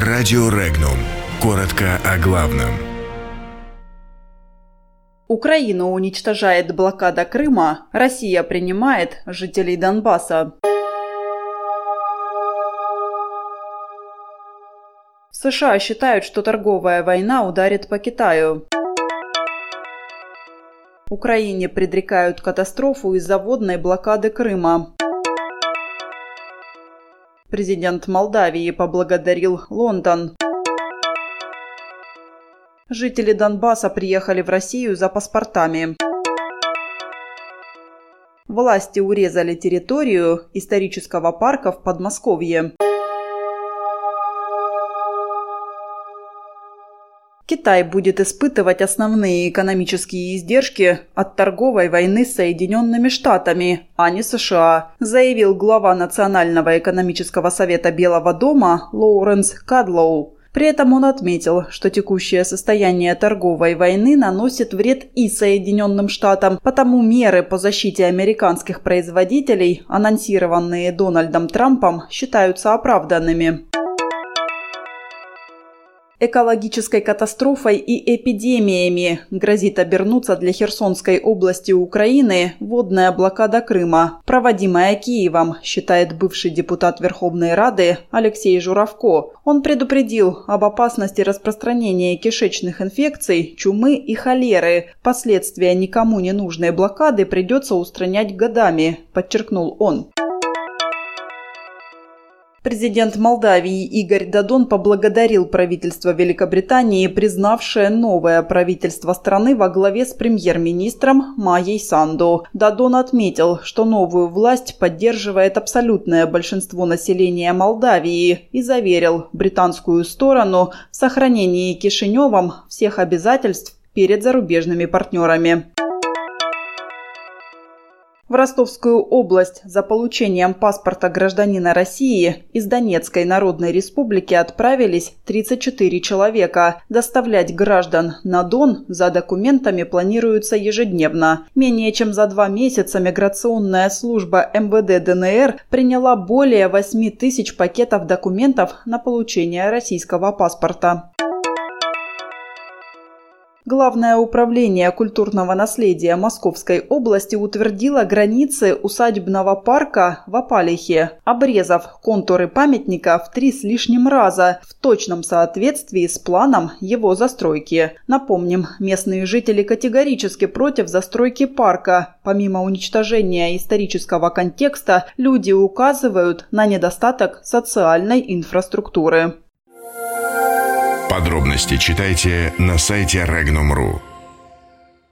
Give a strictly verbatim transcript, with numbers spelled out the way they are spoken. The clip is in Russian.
Радио Регнум. Коротко о главном. Украину уничтожает блокада Крыма, Россия принимает жителей Донбасса. В США считают, что торговая война ударит по Китаю. Украине предрекают катастрофу из-за водной блокады Крыма. Президент Молдавии поблагодарил Лондон. Жители Донбасса приехали в Россию за паспортами. Власти урезали территорию исторического парка в Подмосковье. Китай будет испытывать основные экономические издержки от торговой войны с Соединенными Штатами, а не США, заявил глава Национального экономического совета Белого дома Лоуренс Кадлоу. При этом он отметил, что текущее состояние торговой войны наносит вред и Соединенным Штатам, потому меры по защите американских производителей, анонсированные Дональдом Трампом, считаются оправданными. Экологической катастрофой и эпидемиями грозит обернуться для Херсонской области Украины водная блокада Крыма, проводимая Киевом, считает бывший депутат Верховной Рады Алексей Журавко. Он предупредил об опасности распространения кишечных инфекций, чумы и холеры. Последствия никому не нужной блокады придется устранять годами, подчеркнул он. Президент Молдавии Игорь Додон поблагодарил правительство Великобритании, признавшее новое правительство страны во главе с премьер-министром Майей Санду. Додон отметил, что новую власть поддерживает абсолютное большинство населения Молдавии и заверил британскую сторону в сохранении Кишиневом всех обязательств перед зарубежными партнерами. В Ростовскую область за получением паспорта гражданина России из Донецкой Народной Республики отправились тридцать четыре человека. Доставлять граждан на Дон за документами планируется ежедневно. Менее чем за два месяца миграционная служба эм вэ дэ дэ эн эр приняла более восемь тысяч пакетов документов на получение российского паспорта. Главное управление культурного наследия Московской области утвердило границы усадебного парка в Апалихе, обрезав контуры памятника в три с лишним раза в точном соответствии с планом его застройки. Напомним, местные жители категорически против застройки парка. Помимо уничтожения исторического контекста, люди указывают на недостаток социальной инфраструктуры. Подробности читайте на сайте регнум точка ру.